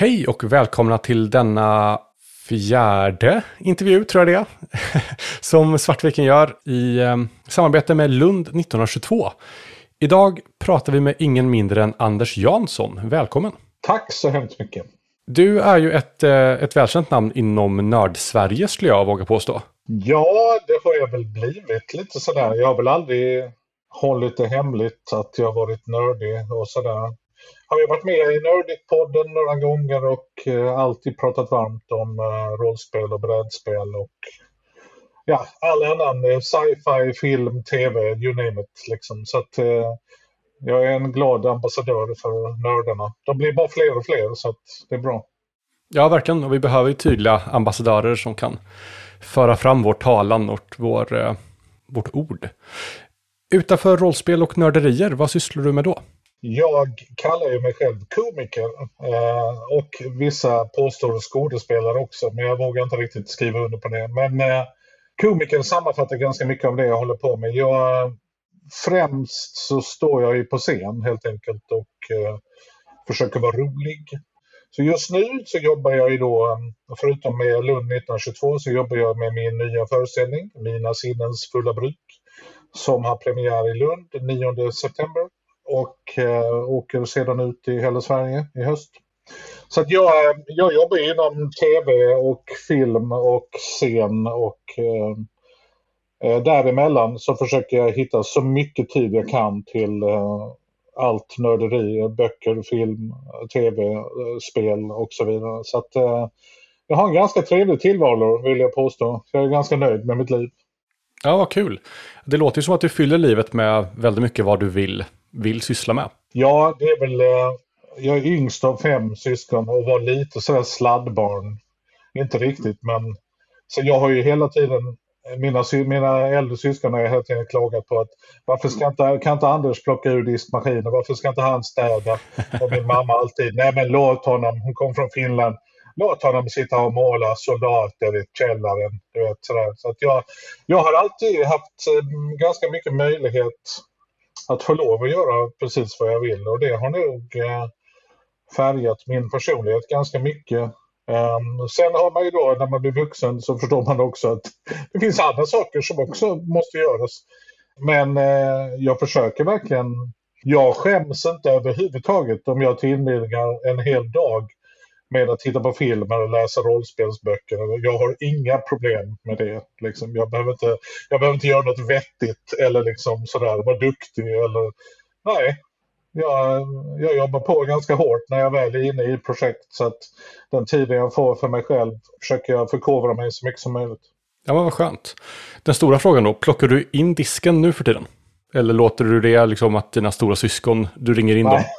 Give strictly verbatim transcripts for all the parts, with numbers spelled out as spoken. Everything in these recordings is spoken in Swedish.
Hej och välkomna till denna fjärde intervju, tror jag det är, som Svartviken gör i eh, samarbete med Lund nittonhundratjugotvå. Idag pratar vi med ingen mindre än Anders Jansson. Välkommen! Tack så hemskt mycket! Du är ju ett, eh, ett välkänt namn inom Nörd-Sverige, skulle jag våga påstå. Ja, det har jag väl blivit lite sådär. Jag har väl aldrig hållit det hemligt att jag har varit nördig och sådär. Har jag varit med i Nördigt-podden några gånger och eh, alltid pratat varmt om eh, rollspel och brädspel och ja, all annan eh, sci-fi, film, tv, you name it liksom. Så att eh, jag är en glad ambassadör för nördarna. De blir bara fler och fler, så att det är bra. Ja, verkligen. Och vi behöver ju tydliga ambassadörer som kan föra fram vår talan och vår, eh, vårt ord. Utanför rollspel och nörderier, vad sysslar du med då? Jag kallar ju mig själv komiker eh, och vissa påstår skådespelare också, men jag vågar inte riktigt skriva under på det. Men eh, komiker sammanfattar ganska mycket av det jag håller på med. Jag, främst så står jag ju på scen helt enkelt och eh, försöker vara rolig. Så just nu så jobbar jag ju då, förutom med Lund nittonhundratjugotvå, så jobbar jag med min nya föreställning, Mina sinnens fulla bruk, som har premiär i Lund nionde september. Och eh, åker sedan ut i hela Sverige i höst. Så att jag, jag jobbar inom tv och film och scen och eh, däremellan så försöker jag hitta så mycket tid jag kan till eh, allt nörderi, böcker, film, tv, spel och så vidare. Så att eh, jag har en ganska trevlig tillvaro, vill jag påstå. Jag är ganska nöjd med mitt liv. Ja, vad kul. Det låter ju som att du fyller livet med väldigt mycket vad du vill, vill syssla med. Ja, det är väl... Jag är yngst av fem syskon och var lite sådär sladdbarn. Inte riktigt, men... Så jag har ju hela tiden... Mina, mina äldre syskon har hela tiden klagat på att varför ska inte, kan inte Anders plocka ur diskmaskinen? Varför ska inte han städa? Och min mamma alltid, nej men låt honom, hon kom från Finland. Låt honom sitta och måla soldater i källaren. Du vet, sådär. Så att jag, jag har alltid haft eh, ganska mycket möjlighet att få lov att göra precis vad jag vill. Och det har nog eh, färgat min personlighet ganska mycket. Um, sen har man ju då, när man blir vuxen, så förstår man också att det finns andra saker som också måste göras. Men eh, jag försöker verkligen, jag skäms inte överhuvudtaget om jag tillbringar en hel dag med att titta på filmer och läsa rollspelsböcker. Jag har inga problem med det. Liksom. Jag, behöver inte, jag behöver inte göra något vettigt eller liksom sådär, vara duktig. Eller, nej, jag, jag jobbar på ganska hårt när jag väl är inne i projekt. Så att den tiden jag får för mig själv försöker jag förkovra mig så mycket som möjligt. Ja, men vad skönt. Den stora frågan då, plockar du in disken nu för tiden? Eller låter du det liksom att dina stora syskon, du ringer in nej. dem?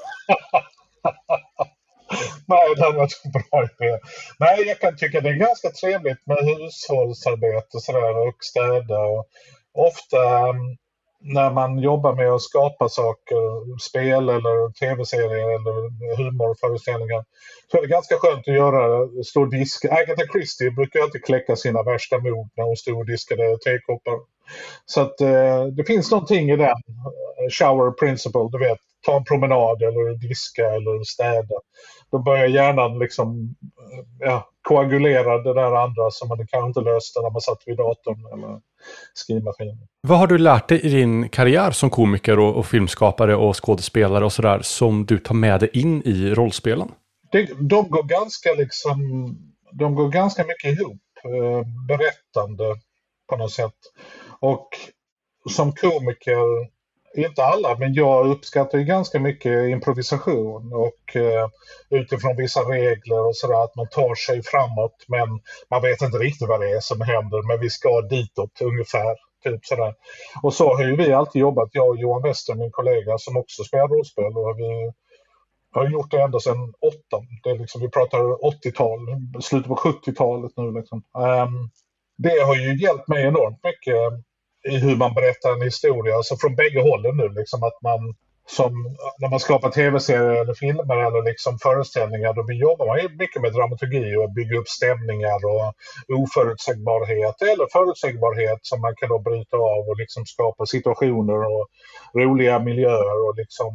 Nej, det var en bra idé. Nej, jag kan tycka det är ganska trevligt med hushållsarbete och sådär och städa. Och ofta när man jobbar med att skapa saker, spel eller tv-serier eller humorföreställningar, så är det ganska skönt att göra stor disk. Agatha Christie brukar alltid kläcka sina värsta mord när hon stod och diskade tekoppar. Så att eh, det finns någonting i den shower principle, du vet, ta en promenad eller diska eller städa. Då börjar hjärnan liksom ja, koagulera det där andra som man kanske inte löste när man satt vid datorn eller skrivmaskinen. Vad har du lärt dig i din karriär som komiker och, och filmskapare och skådespelare och sådär som du tar med dig in i rollspelen? Det, de går ganska liksom, de går ganska mycket ihop, eh, berättande på något sätt. Och som komiker, inte alla, men jag uppskattar ju ganska mycket improvisation och eh, utifrån vissa regler och sådär, att man tar sig framåt men man vet inte riktigt vad det är som händer, men vi ska ditåt ungefär, typ sådär. Och så har ju vi alltid jobbat, jag och Johan Wester, min kollega som också spelar rollspel, och vi har gjort det ända sedan åtta. Det är liksom, vi pratar åttiotal, slutet på sjuttiotalet nu liksom. Um, det har ju hjälpt mig enormt mycket i hur man berättar en historia, alltså från bägge hållen nu, liksom att man som när man skapar tv-serier eller filmer eller liksom föreställningar, då jobbar man ju mycket med dramaturgi och bygger upp stämningar och oförutsägbarhet eller förutsägbarhet som man kan då bryta av och liksom skapa situationer och roliga miljöer och liksom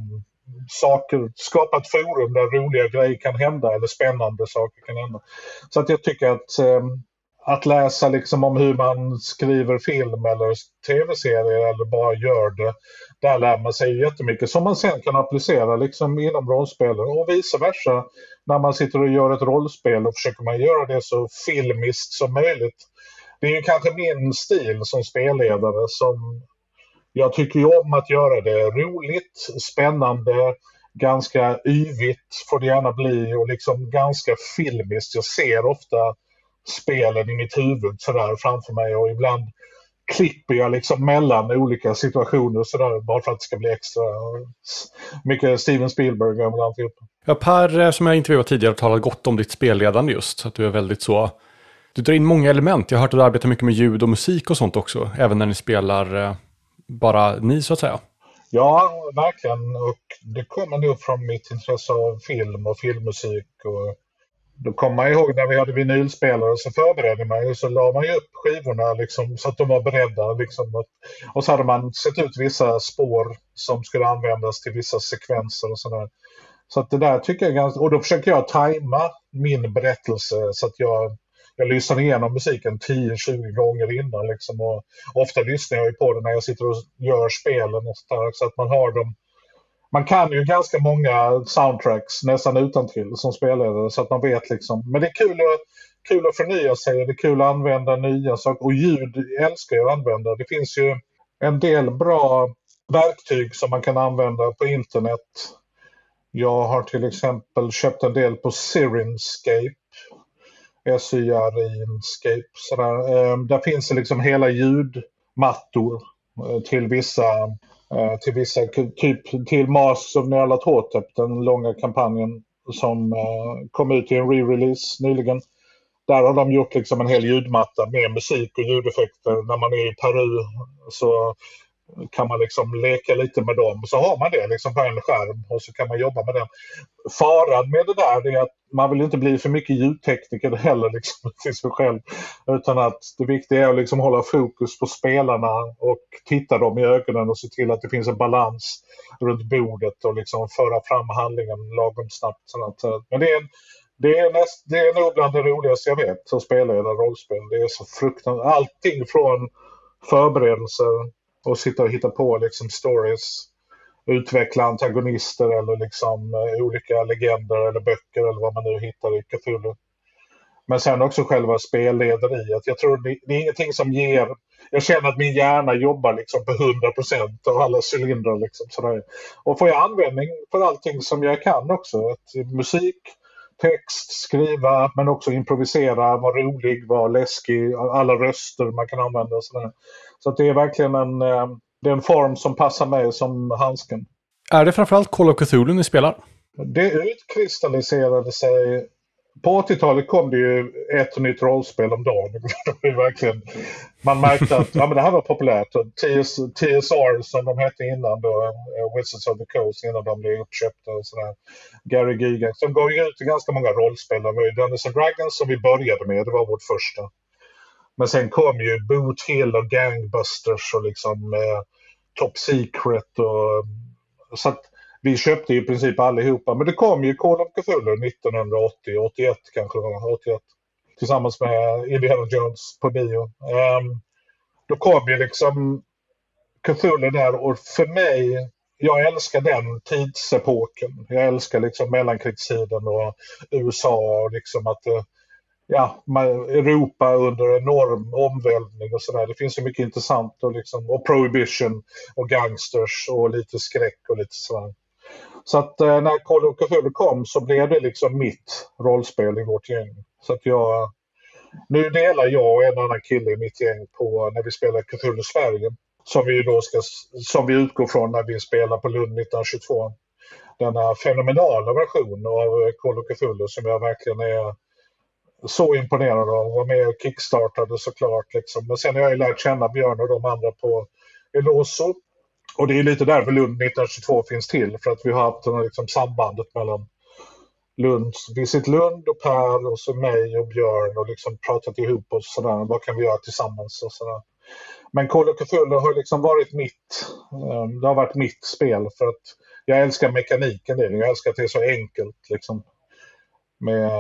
saker, skapa ett forum där roliga grejer kan hända eller spännande saker kan hända. Så att jag tycker att eh, att läsa liksom om hur man skriver film eller tv-serier eller bara gör det, där lär man sig jättemycket som man sen kan applicera liksom inom rollspel och vice versa. När man sitter och gör ett rollspel och försöker man göra det så filmiskt som möjligt. Det är ju kanske min stil som spelledare som jag tycker ju om att göra det roligt, spännande, ganska yvigt får det gärna bli och liksom ganska filmiskt. Jag ser ofta spelen i mitt huvud sådär framför mig och ibland klipper jag liksom mellan olika situationer sådär bara för att det ska bli extra mycket Steven Spielberg och alltihop. Ja, Per, som jag intervjuade tidigare, talade gott om ditt spelledande just, så att du är väldigt så. Du drar in många element. Jag har hört att du arbetar mycket med ljud och musik och sånt också, även när ni spelar bara ni så att säga. Ja, verkligen. Och det kommer nog från mitt intresse av film och filmmusik. Och då kommer man ihåg när vi hade vinylspelare så förberedde man ju, så la man ju upp skivorna liksom, så att de var beredda. Liksom, och, och så hade man sett ut vissa spår som skulle användas till vissa sekvenser och sådär. Så att det där tycker jag är ganska... Och då försöker jag tajma min berättelse så att jag... Jag lyssnar igenom musiken tio tjugo gånger innan. Liksom, och ofta lyssnar jag ju på det när jag sitter och gör spelen. Och så, där, så att man har dem. Man kan ju ganska många soundtracks nästan utantill som spelare. Så att man vet liksom. Men det är kul att, kul att förnya sig. Det är kul att använda nya saker. Och ljud älskar jag att använda. Det finns ju en del bra verktyg som man kan använda på internet. Jag har till exempel köpt en del på Syrinscape. S-Y-R-I-Nscape. Sådär. Där finns det liksom hela ljudmattor till vissa, till vissa typ till Masters of Nyarlathotep, den långa kampanjen som kom ut i en re-release nyligen. Där har de gjort liksom en hel ljudmatta med musik och ljudeffekter. När man är i Peru så kan man liksom leka lite med dem. Så har man det liksom på en skärm och så kan man jobba med den. Faran med det där är att man vill inte bli för mycket ljudtekniker heller liksom, till sig själv. Utan att det viktiga är att liksom hålla fokus på spelarna och titta dem i ögonen och se till att det finns en balans runt bordet och liksom föra fram handlingen lagom snabbt. Sådant. Men det är, det, är näst, det är nog bland det roligaste jag vet att spela i det rollspel. Det är så fruktansvärt. Allting från förberedelser och sitta och hitta på liksom stories, utveckla antagonister eller liksom uh, olika legender eller böcker eller vad man nu hittar i Cthulhu. Men sen också själva spellederiet. Jag tror det, det är ingenting som ger... Jag känner att min hjärna jobbar liksom på hundra procent av alla cylindrar. Liksom, sådär. Och får jag användning för allting som jag kan också. Att musik, text, skriva, men också improvisera, vara rolig, vara läskig, alla röster man kan använda. Sådär. Så att det är verkligen en, det är en form som passar mig som handsken. Är det framförallt Call of Cthulhu ni spelar? Det utkristalliserade sig... På åttiotalet kom det ju ett nytt rollspel om dagen. Det var verkligen, man märkte att ja, men det här var populärt. T S R som de hette innan då, Wizards of the Coast, innan de blev uppköpta och sådär. Gary Gygax. De gav ju ut ganska många rollspel. Det var ju Dungeons and Dragons som vi började med, det var vårt första. Men sen kom ju Boot Hill och Gangbusters och liksom eh, Top Secret och så att vi köpte i princip allihopa. Men det kom ju Call of Cthulhu nittonhundraåttio, åttioett kanske det var, åttioett. Tillsammans med Indiana Jones på bio. Um, då kom ju liksom Cthulhu där och för mig, jag älskar den tidsepoken. Jag älskar liksom mellankrigstiden och U S A och liksom att ja, Europa under enorm omvälvning och sådär. Det finns så mycket intressant och, liksom, och prohibition och gangsters och lite skräck och lite sådär. Så att eh, när Call of Cthulhu kom så blev det liksom mitt rollspel i vårt gäng. Så att jag, nu delar jag och en annan kille i mitt gäng på när vi spelar Cthulhu Sverige. Som vi då ska, som vi utgår från när vi spelar på Lund nittonhundratjugotvå. Denna fenomenala version av Call of Cthulhu som jag verkligen är så imponerad av. Var med och kickstartade såklart. Liksom. Men sen har jag ju lärt känna Björn och de andra på Eloso. Och det är lite därför Lund nittonhundratjugotvå finns till. För att vi har haft den, liksom, sambandet mellan Lund, Visit Lund och Per och så mig och Björn och liksom pratat ihop oss sådär. Vad kan vi göra tillsammans och sådär. Men Call of Cthulhu har liksom varit mitt, det har varit mitt spel för att jag älskar mekaniken i det. Jag älskar att det är så enkelt liksom, med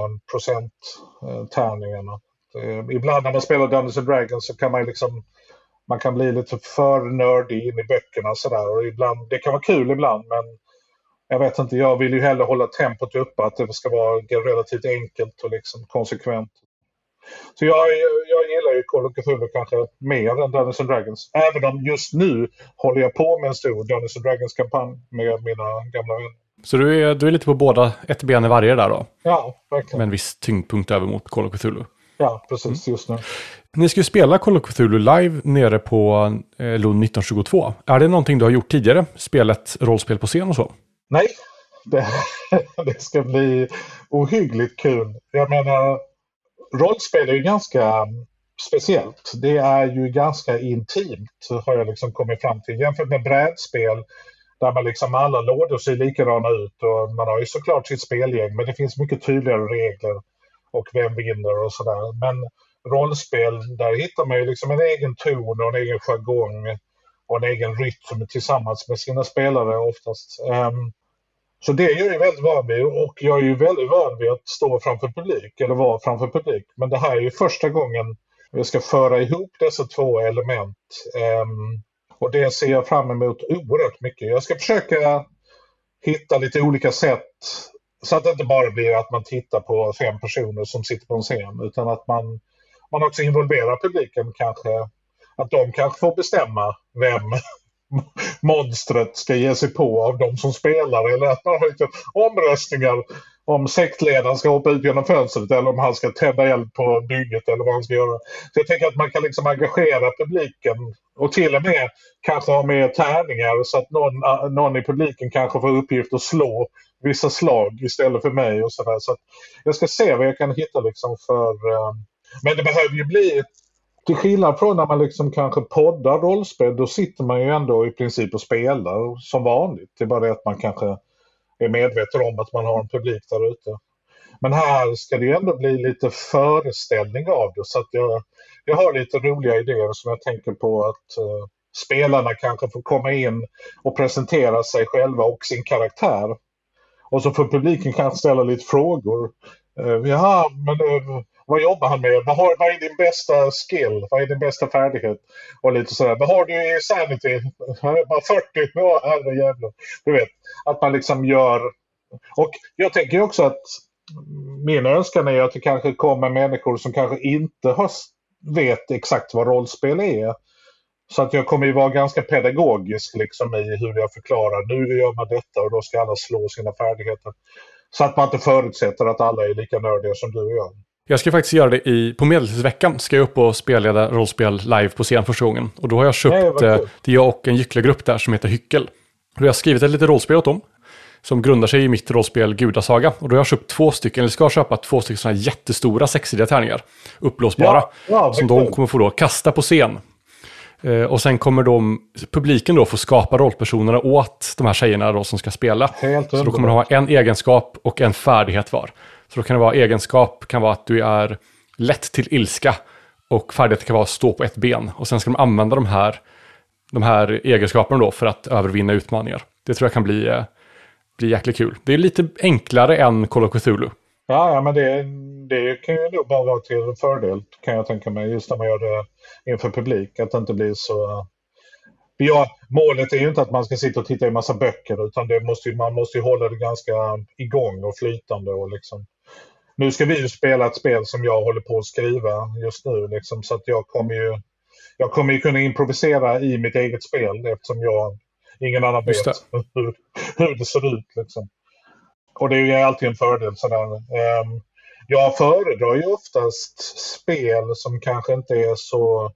procenttärningarna. Eh, ibland när man spelar Dungeons and Dragons så kan man liksom, man kan bli lite för nördig in i böckerna så där, och ibland, det kan vara kul ibland, men jag vet inte, jag vill ju hellre hålla tempot uppe, att det ska vara relativt enkelt och liksom konsekvent. Så jag, jag gillar ju Call of Cthulhu kanske mer än Dungeons and Dragons. Även om just nu håller jag på med en stor Dungeons and Dragons-kampanj med mina gamla vänner. Så du är, du är lite på båda, ett ben i varje där då? Ja, verkligen. Med en viss tyngdpunkt över mot Call of Cthulhu. Ja, precis, just nu. Ni ska ju spela Call of Cthulhu live nere på eh, Lund nitton tjugotvå. Är det någonting du har gjort tidigare? Spelet rollspel på scen och så? Nej, det, det ska bli ohyggligt kul. Jag menar, rollspel är ju ganska speciellt. Det är ju ganska intimt, har jag liksom kommit fram till. Jämfört med brädspel där man liksom alla lådor ser likadana ut och man har ju såklart sitt spelgäng, men det finns mycket tydligare regler och vem vinner och sådär. Men rollspel, där hittar man ju liksom en egen ton och en egen jargong och en egen rytm tillsammans med sina spelare oftast. Um, så det är jag ju väldigt van vid, och jag är ju väldigt van vid att stå framför publik eller vara framför publik. Men det här är ju första gången vi ska föra ihop dessa två element. Um, och det ser jag fram emot oerhört mycket. Jag ska försöka hitta lite olika sätt så att det inte bara blir att man tittar på fem personer som sitter på en scen, utan att man, man också involverar publiken kanske. Att de kanske får bestämma vem monstret ska ge sig på av de som spelar, eller att man har lite omröstningar om sektledaren ska hoppa ut genom fönstret eller om han ska tända eld på bygget eller vad han ska göra. Så jag tänker att man kan liksom engagera publiken och till och med kanske ha med tärningar så att någon, någon i publiken kanske får uppgift att slå vissa slag istället för mig och sådär. Så att jag ska se vad jag kan hitta liksom för... Men det behöver ju bli... Till skillnad från när man liksom kanske poddar rollspel, då sitter man ju ändå i princip och spelar som vanligt. Det är bara det att man kanske är medveten om att man har en publik där ute. Men här ska det ju ändå bli lite föreställning av det, så att jag, jag har lite roliga idéer som jag tänker på att uh, spelarna kanske får komma in och presentera sig själva och sin karaktär. Och så får publiken kanske ställa lite frågor. Uh, Jaha, men... Uh, Vad jobbar han med? Vad, har, vad är din bästa skill? Vad är din bästa färdighet? Och lite sådär. Vad har du i sanity? Bara fyrtio? Ja, herrejävlar. Du vet, att man liksom gör... Och jag tänker också att min önskan är att det kanske kommer människor som kanske inte har, vet exakt vad rollspel är. Så att jag kommer ju vara ganska pedagogisk liksom i hur jag förklarar. Nu gör man detta och då ska alla slå sina färdigheter. Så att man inte förutsätter att alla är lika nördiga som du och jag. Jag ska faktiskt göra det i, på medeltidsveckan ska jag upp och spelleda rollspel live på scen första gången. Och då har jag köpt, Nej, det är jag och en gycklegrupp där som heter Hyckel. Och jag har skrivit ett litet rollspel åt dem som grundar sig i mitt rollspel Gudasaga. Och då har jag köpt två stycken, eller ska köpa två stycken sådana här jättestora sexsidiga tärningar. Upplåsbara. Ja, ja, som de kommer få då kasta på scen. Eh, och sen kommer de, publiken då få skapa rollpersonerna åt de här tjejerna då som ska spela. Helt så då kommer de ha en egenskap och en färdighet var. Så då kan det vara egenskap, kan vara att du är lätt till ilska, och färdighet kan vara att stå på ett ben. Och sen ska de använda de här, de här egenskaperna då för att övervinna utmaningar. Det tror jag kan bli, eh, bli jäkligt kul. Det är lite enklare än Call of Cthulhu. Ja, ja men det, det kan ju nog bara vara till fördel, kan jag tänka mig, just när man gör det inför publik. Att det inte blir så... Ja, målet är ju inte att man ska sitta och titta i massa böcker, utan det måste ju, man måste ju hålla det ganska igång och flytande. Och liksom. Nu ska vi ju spela ett spel som jag håller på att skriva just nu, liksom, så att jag kommer ju jag kommer ju kunna improvisera i mitt eget spel, eftersom jag ingen annan vet hur, hur det ser ut. Liksom. Och det är ju alltid en fördel. Sådär. Um, jag föredrar ju oftast spel som kanske inte är så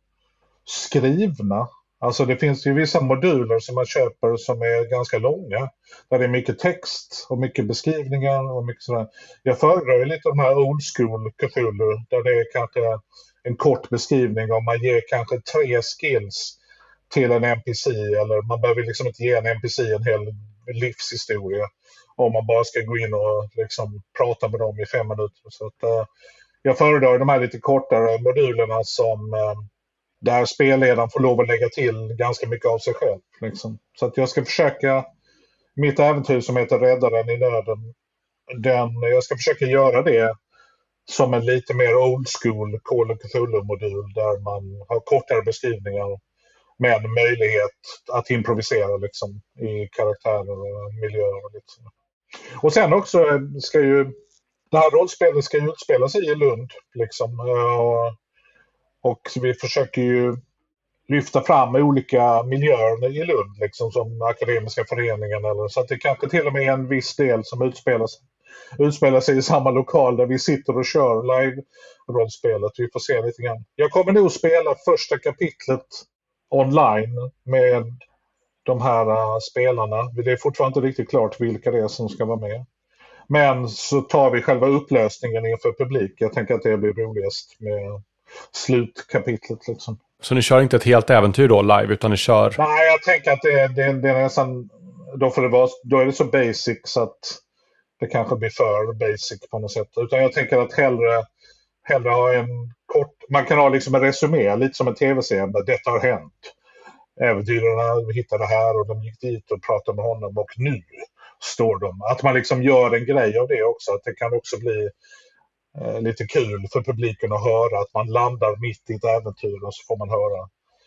skrivna. Alltså det finns ju vissa moduler som man köper som är ganska långa. Där det är mycket text och mycket beskrivningar och mycket sådär. Jag föredrar ju lite de här old school Cthulhu där det är kanske en kort beskrivning och man ger kanske tre skills till en N P C. Eller man behöver liksom inte ge en N P C en hel livshistoria. Om man bara ska gå in och liksom prata med dem i fem minuter. Så att, uh, jag föredrar de här lite kortare modulerna som... Uh, där spelledaren får lov att lägga till ganska mycket av sig själv. Liksom. Så att jag ska försöka mitt äventyr som heter Räddaren i nöden, den, jag ska försöka göra det som en lite mer old school Call of Cthulhu-modul där man har kortare beskrivningar med en möjlighet att improvisera liksom, i karaktärer och miljöer. Och, liksom. Och sen också ska ju det här rollspelet ska ju utspela sig i Lund. Liksom, och, och vi försöker ju lyfta fram olika miljöer i Lund, liksom, som akademiska föreningen. Eller, så att det kanske till och med är en viss del som utspelar sig, utspelar sig i samma lokal där vi sitter och kör live-rollspelet. Vi får se lite grann. Jag kommer nog spela första kapitlet online med de här uh, spelarna. Det är fortfarande inte riktigt klart vilka det är som ska vara med. Men så tar vi själva upplösningen inför publik. Jag tänker att det blir roligast med slutkapitlet liksom. Så ni kör inte ett helt äventyr då live, utan ni kör... Nej, jag tänker att det, det, det är nästan... Då, får det vara, då är det så basic så att det kanske blir för basic på något sätt. Utan jag tänker att hellre, hellre ha en kort... Man kan ha liksom en resumé, lite som en tv-serie. Detta har hänt. Äventyrarna hittade här och de gick dit och pratade med honom och nu står de. Att man liksom gör en grej av det också. Att det kan också bli eh, lite kul för publiken att höra att man landar mitt i ett äventyr och så får man höra.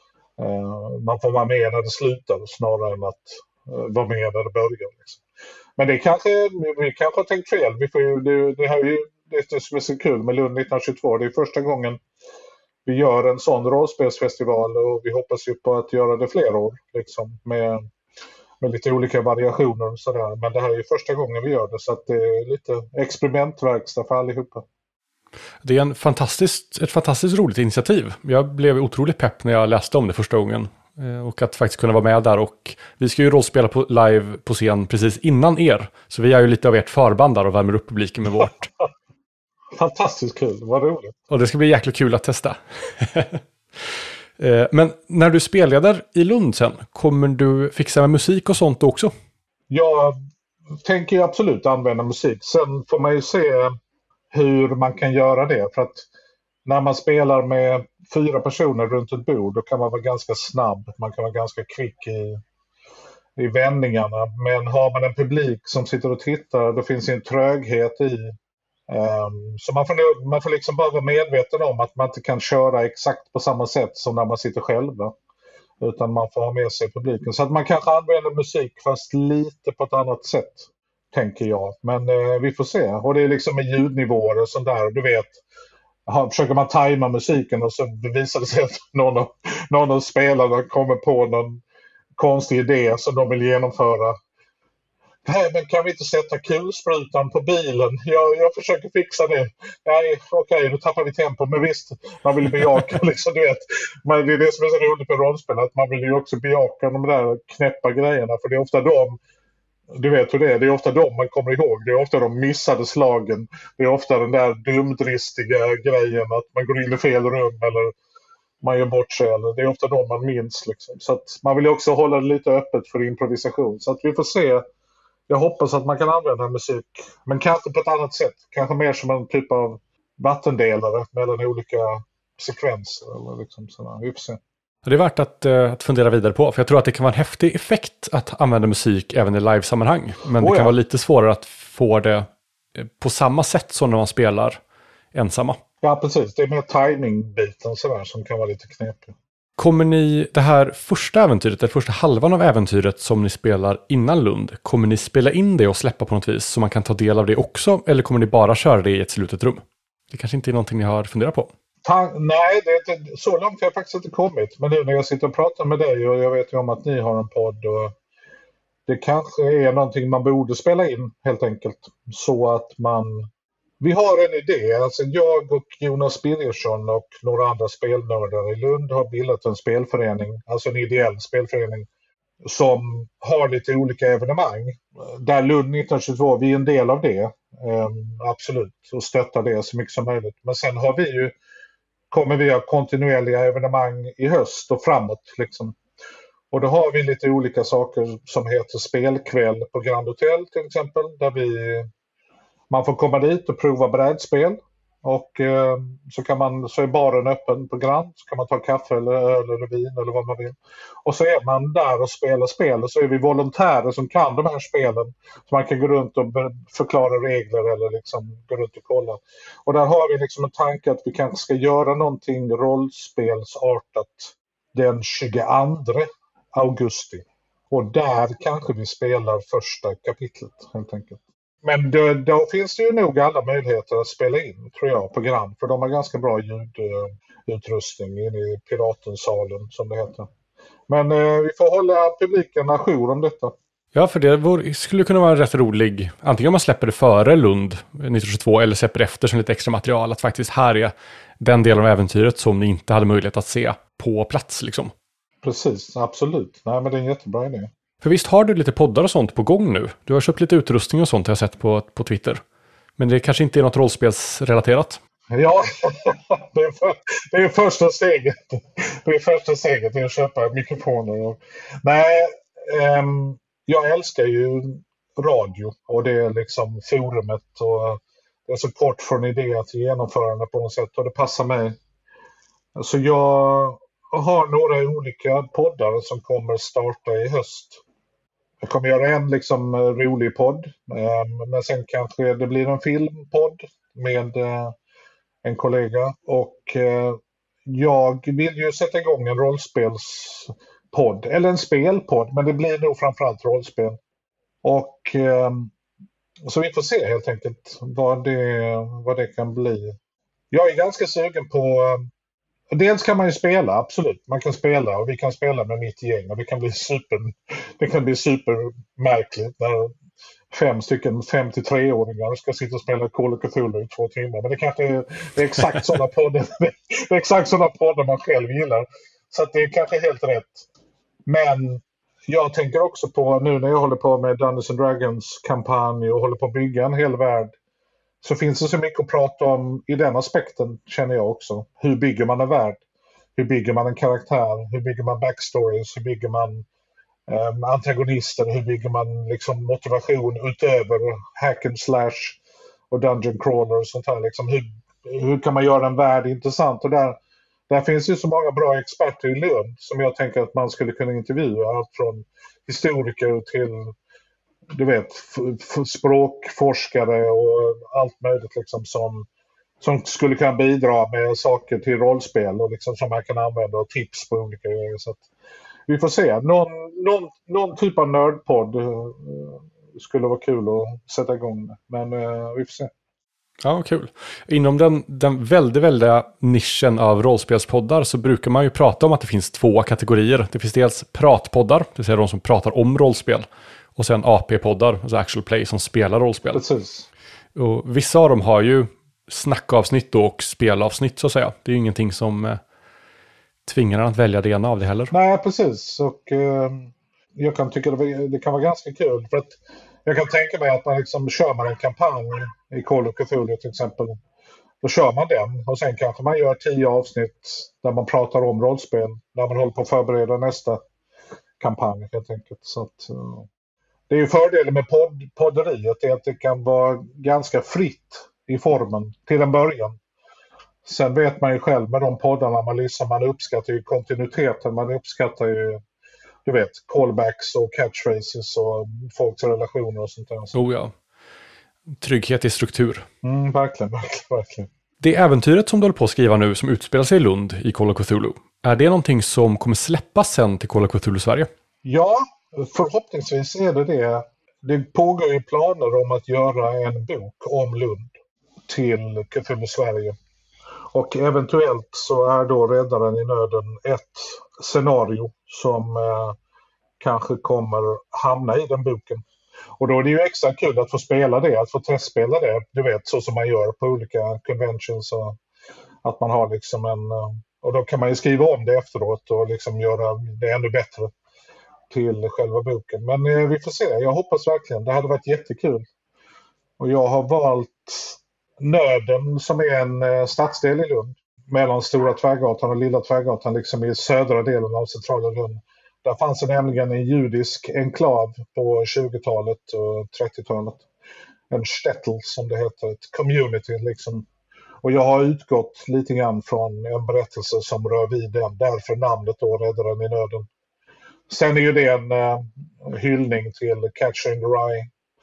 Eh, man får vara med när det slutar snarare än att eh, vara med när det börjar. Liksom. Men det kanske, vi kanske har tänkt fel. Vi får ju, det, det här är ju det som är så kul med Lund nittonhundratjugotvå. Det är första gången vi gör en sån rollspelsfestival och vi hoppas ju på att göra det fler år. Liksom, med, med lite olika variationer och sådär. Men det här är ju första gången vi gör det så att det är lite experimentverkstad för allihopa. Det är en fantastiskt, ett fantastiskt roligt initiativ. Jag blev otroligt pepp när jag läste om det första gången. Och att faktiskt kunna vara med där. Och vi ska ju rollspela på, live på scen precis innan er. Så vi är ju lite av ert förband där och värmer upp publiken med vårt. Fantastiskt kul, vad roligt. Och det ska bli jäkligt kul att testa. Men när du spelleder i Lund sen, kommer du fixa med musik och sånt också? Jag tänker ju absolut använda musik. Sen får man ju se hur man kan göra det. För att när man spelar med fyra personer runt ett bord då kan man vara ganska snabb. Man kan vara ganska kvick i, i vändningarna. Men har man en publik som sitter och tittar då finns en tröghet i. Um, så man får, man får liksom bara vara medveten om att man inte kan köra exakt på samma sätt som när man sitter själva. Utan man får ha med sig publiken. Så att man kanske använder musik fast lite på ett annat sätt, tänker jag. Men uh, vi får se. Och det är liksom med ljudnivåer och sånt där. Du vet, ha, försöker man tajma musiken och så visar det sig att någon av, någon av spelarna kommer på någon konstig idé som de vill genomföra. Nej, men kan vi inte sätta kulsprutan på bilen? Jag, jag försöker fixa det. Nej, okej, okay, då tappar vi tempo. Men visst, man vill bejaka, liksom, du vet. Men det är det som är så roligt med rollspel, att man vill ju också bejaka de där knäppa grejerna. För det är ofta de, du vet hur det är, det är ofta de man kommer ihåg. Det är ofta de missade slagen. Det är ofta den där dumdristiga grejen att man går in i fel rum eller man gör bort sig. Eller det är ofta de man minns. Liksom. Så att man vill ju också hålla det lite öppet för improvisation. Så att vi får se. Jag hoppas att man kan använda musik, men kanske på ett annat sätt. Kanske mer som en typ av vattendelare mellan olika sekvenser. Eller liksom sådär. Vi får se. Det är värt att, uh, att fundera vidare på, för jag tror att det kan vara en häftig effekt att använda musik även i livesammanhang. Men oh, det kan ja. vara lite svårare att få det på samma sätt som när man spelar ensamma. Ja, precis. Det är mer timing-biten sådär som kan vara lite knepig. Kommer ni, det här första äventyret, den första halvan av äventyret som ni spelar innan Lund, kommer ni spela in det och släppa på något vis så man kan ta del av det också? Eller kommer ni bara köra det i ett slutet rum? Det kanske inte är någonting ni har funderat på. Ta- nej, det är inte, så långt har jag faktiskt inte kommit. Men nu när jag sitter och pratar med dig och jag vet ju om att ni har en podd och det kanske är någonting man borde spela in helt enkelt. Så att man... Vi har en idé, alltså jag och Jonas Birgersson och några andra spelnördar i Lund har bildat en spelförening, alltså en ideell spelförening som har lite olika evenemang. Där Lund nittonhundratjugotvå, vi är en del av det, um, absolut, och stöttar det så mycket som möjligt. Men sen har vi ju, kommer vi ha kontinuerliga evenemang i höst och framåt liksom. Och då har vi lite olika saker som heter spelkväll på Grand Hotel till exempel, där vi... Man får komma dit och prova brädspel Och eh, så, kan man, så är baren öppen på Grand. Så kan man ta kaffe eller öl eller vin eller vad man vill. Och så är man där och spelar spel. Och så är vi volontärer som kan de här spelen. Så man kan gå runt och förklara regler eller liksom gå runt och kolla. Och där har vi liksom en tanke att vi kanske ska göra någonting rollspelsartat den tjugoandra augusti. Och där kanske vi spelar första kapitlet helt enkelt. Men då, då finns det ju nog alla möjligheter att spela in, tror jag, på Grand. För de har ganska bra ljudutrustning inne i Piratensalen, som det heter. Men eh, vi får hålla publiken ajour om detta. Ja, för det vore, skulle kunna vara rätt rolig. Antingen om man släpper det före Lund nittonhundratjugotvå eller släpper efter som lite extra material. Att faktiskt här är den delen av äventyret som ni inte hade möjlighet att se på plats liksom. Precis, absolut. Nej, men det är en jättebra idé. För visst har du lite poddar och sånt på gång nu? Du har köpt lite utrustning och sånt har jag sett på, på Twitter. Men det kanske inte är något rollspelsrelaterat? Ja, det är, för, det är första steget. Det är första steget till att köpa mikrofoner. Och, nej, um, jag älskar ju radio och det är liksom forumet och det är så kort från idé till genomförande på något sätt och det passar mig. Så jag har några olika poddar som kommer starta i höst. Jag kommer göra en liksom rolig podd, men sen kanske det blir en filmpodd med en kollega. Och jag vill ju sätta igång en rollspelspodd, eller en spelpodd, men det blir nog framförallt rollspel. Och så vi får se helt enkelt vad det, vad det kan bli. Jag är ganska sugen på... Dels kan man ju spela, absolut. Man kan spela och vi kan spela med mitt gäng och det kan bli super, det kan bli supermärkligt när fem stycken femtiotre-åringar ska sitta och spela Call of Cthulhu i två timmar. Men det kanske är, det är exakt sådana poddar, det är exakt sådana poddar man själv gillar. Så att det är kanske helt rätt. Men jag tänker också på nu när jag håller på med Dungeons and Dragons kampanj och håller på att bygga en hel värld. Så finns det så mycket att prata om i den aspekten, känner jag också. Hur bygger man en värld? Hur bygger man en karaktär? Hur bygger man backstories? Hur bygger man um, antagonister? Hur bygger man liksom motivation utöver hack and slash och dungeon crawler och sånt här? Liksom, hur, hur kan man göra en värld intressant? Och där, där finns ju så många bra experter i Lund som jag tänker att man skulle kunna intervjua. Allt från historiker till... du vet, f- f- språkforskare och allt möjligt liksom som, som skulle kunna bidra med saker till rollspel och liksom som man kan använda och tips på olika grejer. Så att vi får se. Någon, någon, någon typ av nördpodd uh, skulle vara kul att sätta igång med. Men uh, vi får se. Ja, kul. Inom den, den väldigt, väldigt nischen av rollspelspoddar så brukar man ju prata om att det finns två kategorier. Det finns dels pratpoddar, det vill säga de som pratar om rollspel. Och sen A P-poddar, alltså actual play, som spelar rollspel. Precis. Och vissa av dem har ju snackavsnitt och spelavsnitt så att säga. Det är ju ingenting som eh, tvingar en att välja det ena av det heller. Nej, precis. Och eh, jag kan tycka det, det kan vara ganska kul. För att jag kan tänka mig att man liksom kör man en kampanj i Call of Cthulhu till exempel. Då kör man den och sen kanske man gör tio avsnitt där man pratar om rollspel. När man håller på att förbereda nästa kampanj helt enkelt. Så att... Uh, det är ju fördelen med podd, podderiet är att det kan vara ganska fritt i formen till en början. Sen vet man ju själv med de poddarna man lyssnar, man uppskattar ju kontinuiteten, man uppskattar ju, du vet, callbacks och catchphrases och folks relationer och sånt där. Oh ja. Trygghet i struktur. Mm, verkligen, verkligen, verkligen. Det äventyret som du håller på att skriva nu som utspelar sig i Lund i Call of Cthulhu, är det någonting som kommer släppas sen till Call of Cthulhu Sverige? Ja, förhoppningsvis är det det. Det pågår ju planer om att göra en bok om Lund till Cthulhu Sverige. Och eventuellt så är då Räddaren i nöden ett scenario som eh, kanske kommer hamna i den boken. Och då är det ju extra kul att få spela det, att få testspela det, du vet, så som man gör på olika conventions. Och att man har liksom en... Och då kan man ju skriva om det efteråt och liksom göra det ännu bättre till själva boken. Men eh, vi får se, jag hoppas verkligen. Det hade varit jättekul. Och jag har valt Nöden som är en eh, stadsdel i Lund. Mellan Stora Tvärgatan och Lilla Tvärgatan, liksom i södra delen av centrala Lund. Där fanns det nämligen en judisk enklav på tjugotalet och trettiotalet. En shtetl som det heter, ett community liksom. Och jag har utgått lite grann från en berättelse som rör vid den, därför namnet då, Räddaren i nöden. Sen är ju det en uh, hyllning till Catcher in the Rye,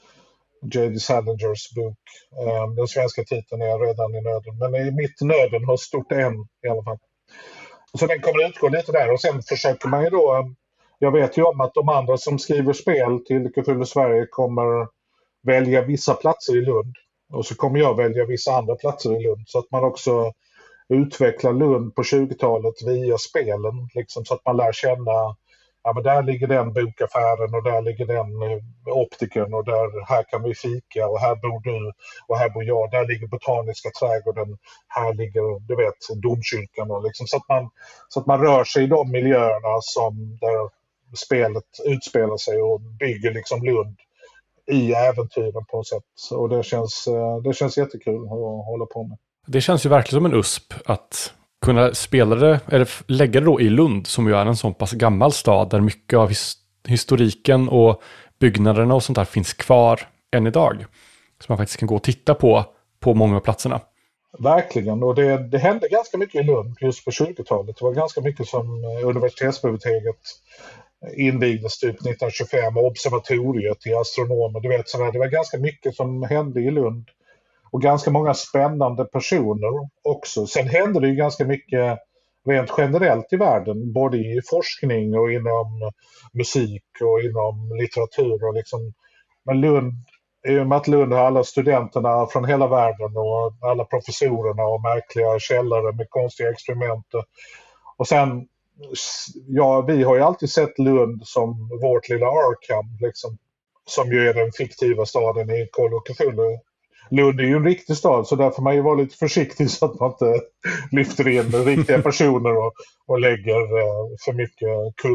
J D Salingers bok. Um, den svenska titeln är Räddaren i nöden, men i mitt nöden har stort N i alla fall. Så den kommer utgå lite där, och sen försöker man ju då, um, jag vet ju om att de andra som skriver spel till Cthulhu Sverige kommer välja vissa platser i Lund. Och så kommer jag välja vissa andra platser i Lund. Så att man också utvecklar Lund på tjugotalet via spelen. Liksom, så att man lär känna, ja men där ligger den bokaffären och där ligger den optiken och där, här kan vi fika och här bor du och här bor jag. Där ligger botaniska trädgården, här ligger, du vet, domkyrkan. Och liksom, så, att man, så att man rör sig i de miljöerna som där spelet utspelar sig och bygger liksom Lund i äventyren på något sätt. Och det känns, det känns jättekul att hålla på med. Det känns ju verkligen som en U S P att kunna spela det, eller lägga det då i Lund, som ju är en sån pass gammal stad där mycket av his- historiken och byggnaderna och sånt där finns kvar än idag. Så man faktiskt kan gå och titta på på många av platserna. Verkligen, och det, det hände ganska mycket i Lund just på tjugotalet. Det var ganska mycket som universitetsbiblioteket invigdes typ nittonhundratjugofem, och observatoriet i astronomer, du vet sådär. Det var ganska mycket som hände i Lund. Och ganska många spännande personer också. Sen hände det ju ganska mycket rent generellt i världen. Både i forskning och inom musik och inom litteratur. Och liksom. Men Lund, i och med att Lund har alla studenterna från hela världen och alla professorerna och märkliga källare med konstiga experiment. Och sen, ja, vi har ju alltid sett Lund som vårt lilla Arkham, liksom, som ju är den fiktiva staden i Call of Cthulhu. Lund är ju en riktig stad, så där får man ju vara lite försiktig så att man inte lyfter in riktiga personer och, och lägger uh, för mycket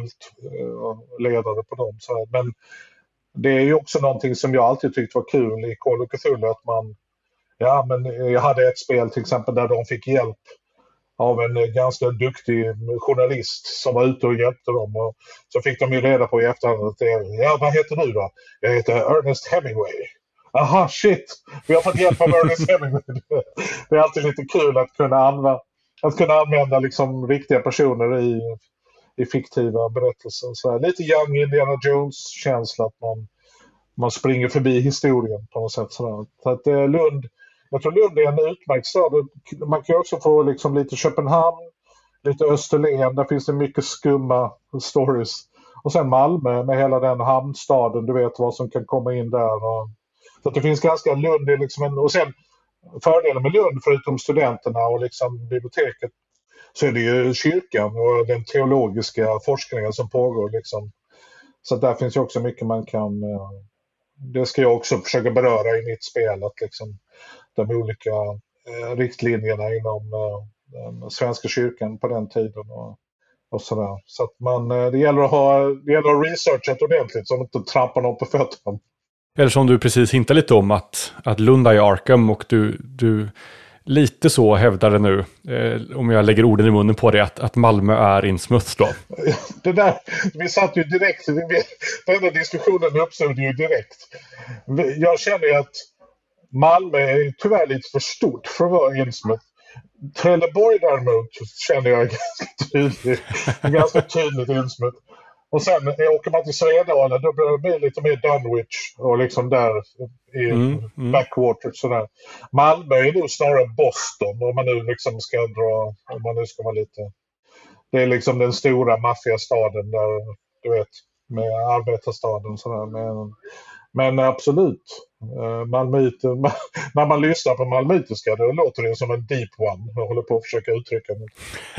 kultledare uh, på dem. Så här. Men det är ju också någonting som jag alltid tyckt var kul i Call of Cthulhu, att man, ja men jag hade ett spel till exempel där de fick hjälp av en ganska duktig journalist som var ute och hjälpte dem, och så fick de ju reda på i efterhand att det, ja vad heter du då? Jag heter Ernest Hemingway. Aha, shit! Vi har fått hjälp av Ernest Hemingway. Det är alltid lite kul att kunna använda, att kunna använda liksom riktiga personer i, i fiktiva berättelser. Så här, lite young Indiana Jones-känsla, att man, man springer förbi historien på något sätt. Så, så att eh, Lund, jag tror Lund är en utmärkt stad. Man kan också få liksom lite Köpenhamn, lite Österlen. Där finns det mycket skumma stories. Och sen Malmö med hela den hamnstaden. Du vet vad som kan komma in där. Och, så att det finns ganska Lund är liksom en, och sen fördelen med Lund förutom studenterna och liksom biblioteket, så är det ju kyrkan och den teologiska forskningen som pågår liksom. Så där finns ju också mycket man kan, det ska jag också försöka beröra i mitt spel, att liksom de olika eh, riktlinjerna inom eh, den svenska kyrkan på den tiden och, och sådär. Så att man, eh, det gäller att ha, det gäller att researcha ordentligt så att man inte trampar någon på fötterna. Eller som du precis hintade lite om, att, att Lund är Arkham, och du, du lite så hävdar det nu, eh, om jag lägger orden i munnen på det, att, att Malmö är Innsmouth då. Det där, vi satt ju direkt, den här diskussionen uppstod ju direkt. Jag känner ju att Malmö är tyvärr lite för stort för att vara Innsmouth. Trelleborg däremot känner jag ganska tydligt, ganska tydligt Innsmouth. Och sen åker man till Svedala, då blir det bli lite mer Dunwich och liksom där i mm, mm. backwater sådär. Malmö är nog snarare Boston om man nu liksom ska dra, om man nu ska vara lite, det är liksom den stora maffiastaden där, du vet, med arbetarstaden och sådär. Men, men absolut, Malmöiter, när man lyssnar på malmöitiska, då låter det som en deep one. Jag håller på att försöka uttrycka det.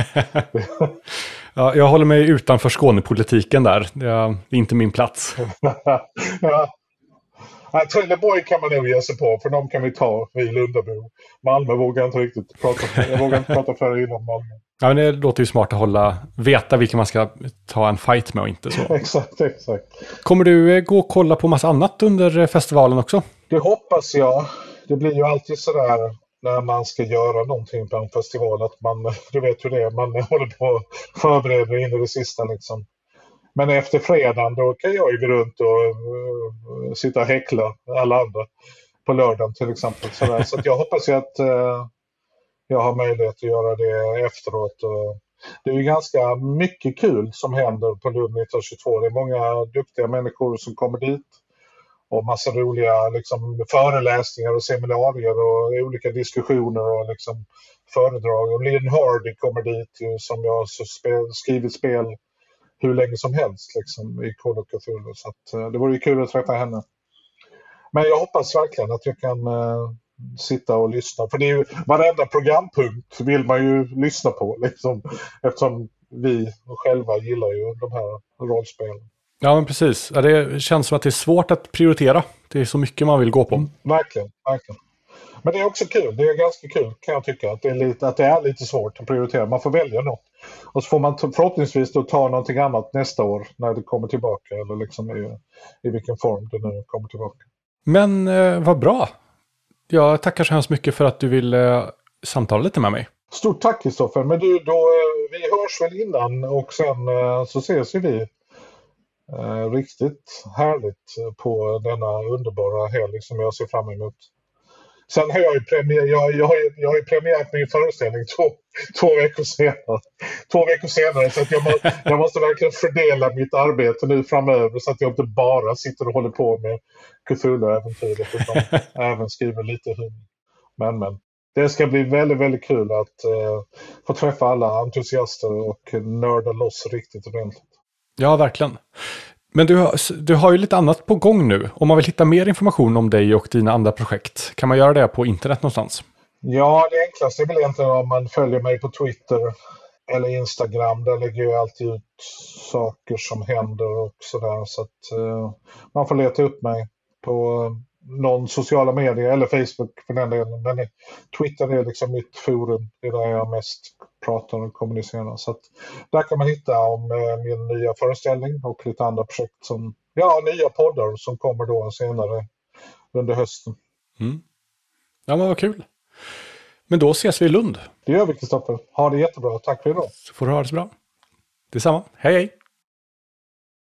Ja, jag håller mig utanför Skånepolitiken där. Det är inte min plats. Ja. Ja, Trelleborg kan man nog ge sig på, för de kan vi ta, vi Lundabo. Malmö vågar inte riktigt prata för, jag vågar inte prata för inom Malmö. Ja, men det låter ju smart att hålla, veta vilka man ska ta en fight med och inte så. Exakt, exakt. Kommer du gå och kolla på massa annat under festivalen också? Det hoppas jag. Det blir ju alltid sådär när man ska göra någonting på en festival, att man, du vet hur det är, man håller på att förbereda in i det sista liksom. Men efter fredagen då kan jag ju gå runt och uh, sitta och häckla alla andra på lördagen till exempel. Sådär. Så att jag hoppas ju att, uh, jag har möjlighet att göra det efteråt. Och det är ju ganska mycket kul som händer på Lund nittonhundratjugotvå. Det är många duktiga människor som kommer dit. Och massa roliga liksom, föreläsningar och seminarier och olika diskussioner och liksom, föredrag. Och Lynn Hardy kommer dit ju, som jag har spel, skrivit spel hur länge som helst liksom, i Call of Cthulhu. Så att, uh, det vore ju kul att träffa henne. Men jag hoppas verkligen att jag kan uh, sitta och lyssna. För det är ju varenda programpunkt vill man ju lyssna på. Liksom, eftersom vi själva gillar ju de här rollspelen. Ja, men precis. Ja, det känns som att det är svårt att prioritera. Det är så mycket man vill gå på. Mm, verkligen, verkligen. Men det är också kul. Det är ganska kul kan jag tycka. Att det är lite, att det är lite svårt att prioritera. Man får välja något. Och så får man förhoppningsvis då ta någonting annat nästa år när det kommer tillbaka. Eller liksom i, i vilken form det nu kommer tillbaka. Men eh, vad bra. Jag tackar så hemskt mycket för att du vill eh, samtala lite med mig. Stort tack Kristoffer. Men du, då, vi hörs väl innan och sen eh, så ses ju vi. Eh, riktigt härligt på denna underbara helg som jag ser fram emot. Sen har jag ju premiär, jag, jag, har, jag har ju premiärt min föreställning två, två veckor senare. Två veckor senare så att jag, må, jag måste verkligen fördela mitt arbete nu framöver så att jag inte bara sitter och håller på med Cthulhu-äventyret utan även skriver lite hum. Men men. Det ska bli väldigt, väldigt kul att eh, få träffa alla entusiaster och nörda loss riktigt ordentligt. Ja, verkligen. Men du har, du har ju lite annat på gång nu. Om man vill hitta mer information om dig och dina andra projekt, kan man göra det på internet någonstans? Ja, det enklaste är väl egentligen om man följer mig på Twitter eller Instagram. Där lägger jag alltid ut saker som händer och sådär. Så att uh, man får leta upp mig på uh, någon sociala medier eller Facebook för den delen. Men Twitter är liksom mitt forum. Det är där jag mest pratar och kommunicerar. Så att där kan man hitta om uh, min nya föreställning och lite andra projekt som, ja, nya poddar som kommer då senare under hösten. Mm. Ja, men vad kul. Men då ses vi i Lund. Det gör vi, Kristoffer. Ha det jättebra. Tack för idag. Så får du ha det så bra. Detsamma. Hej hej.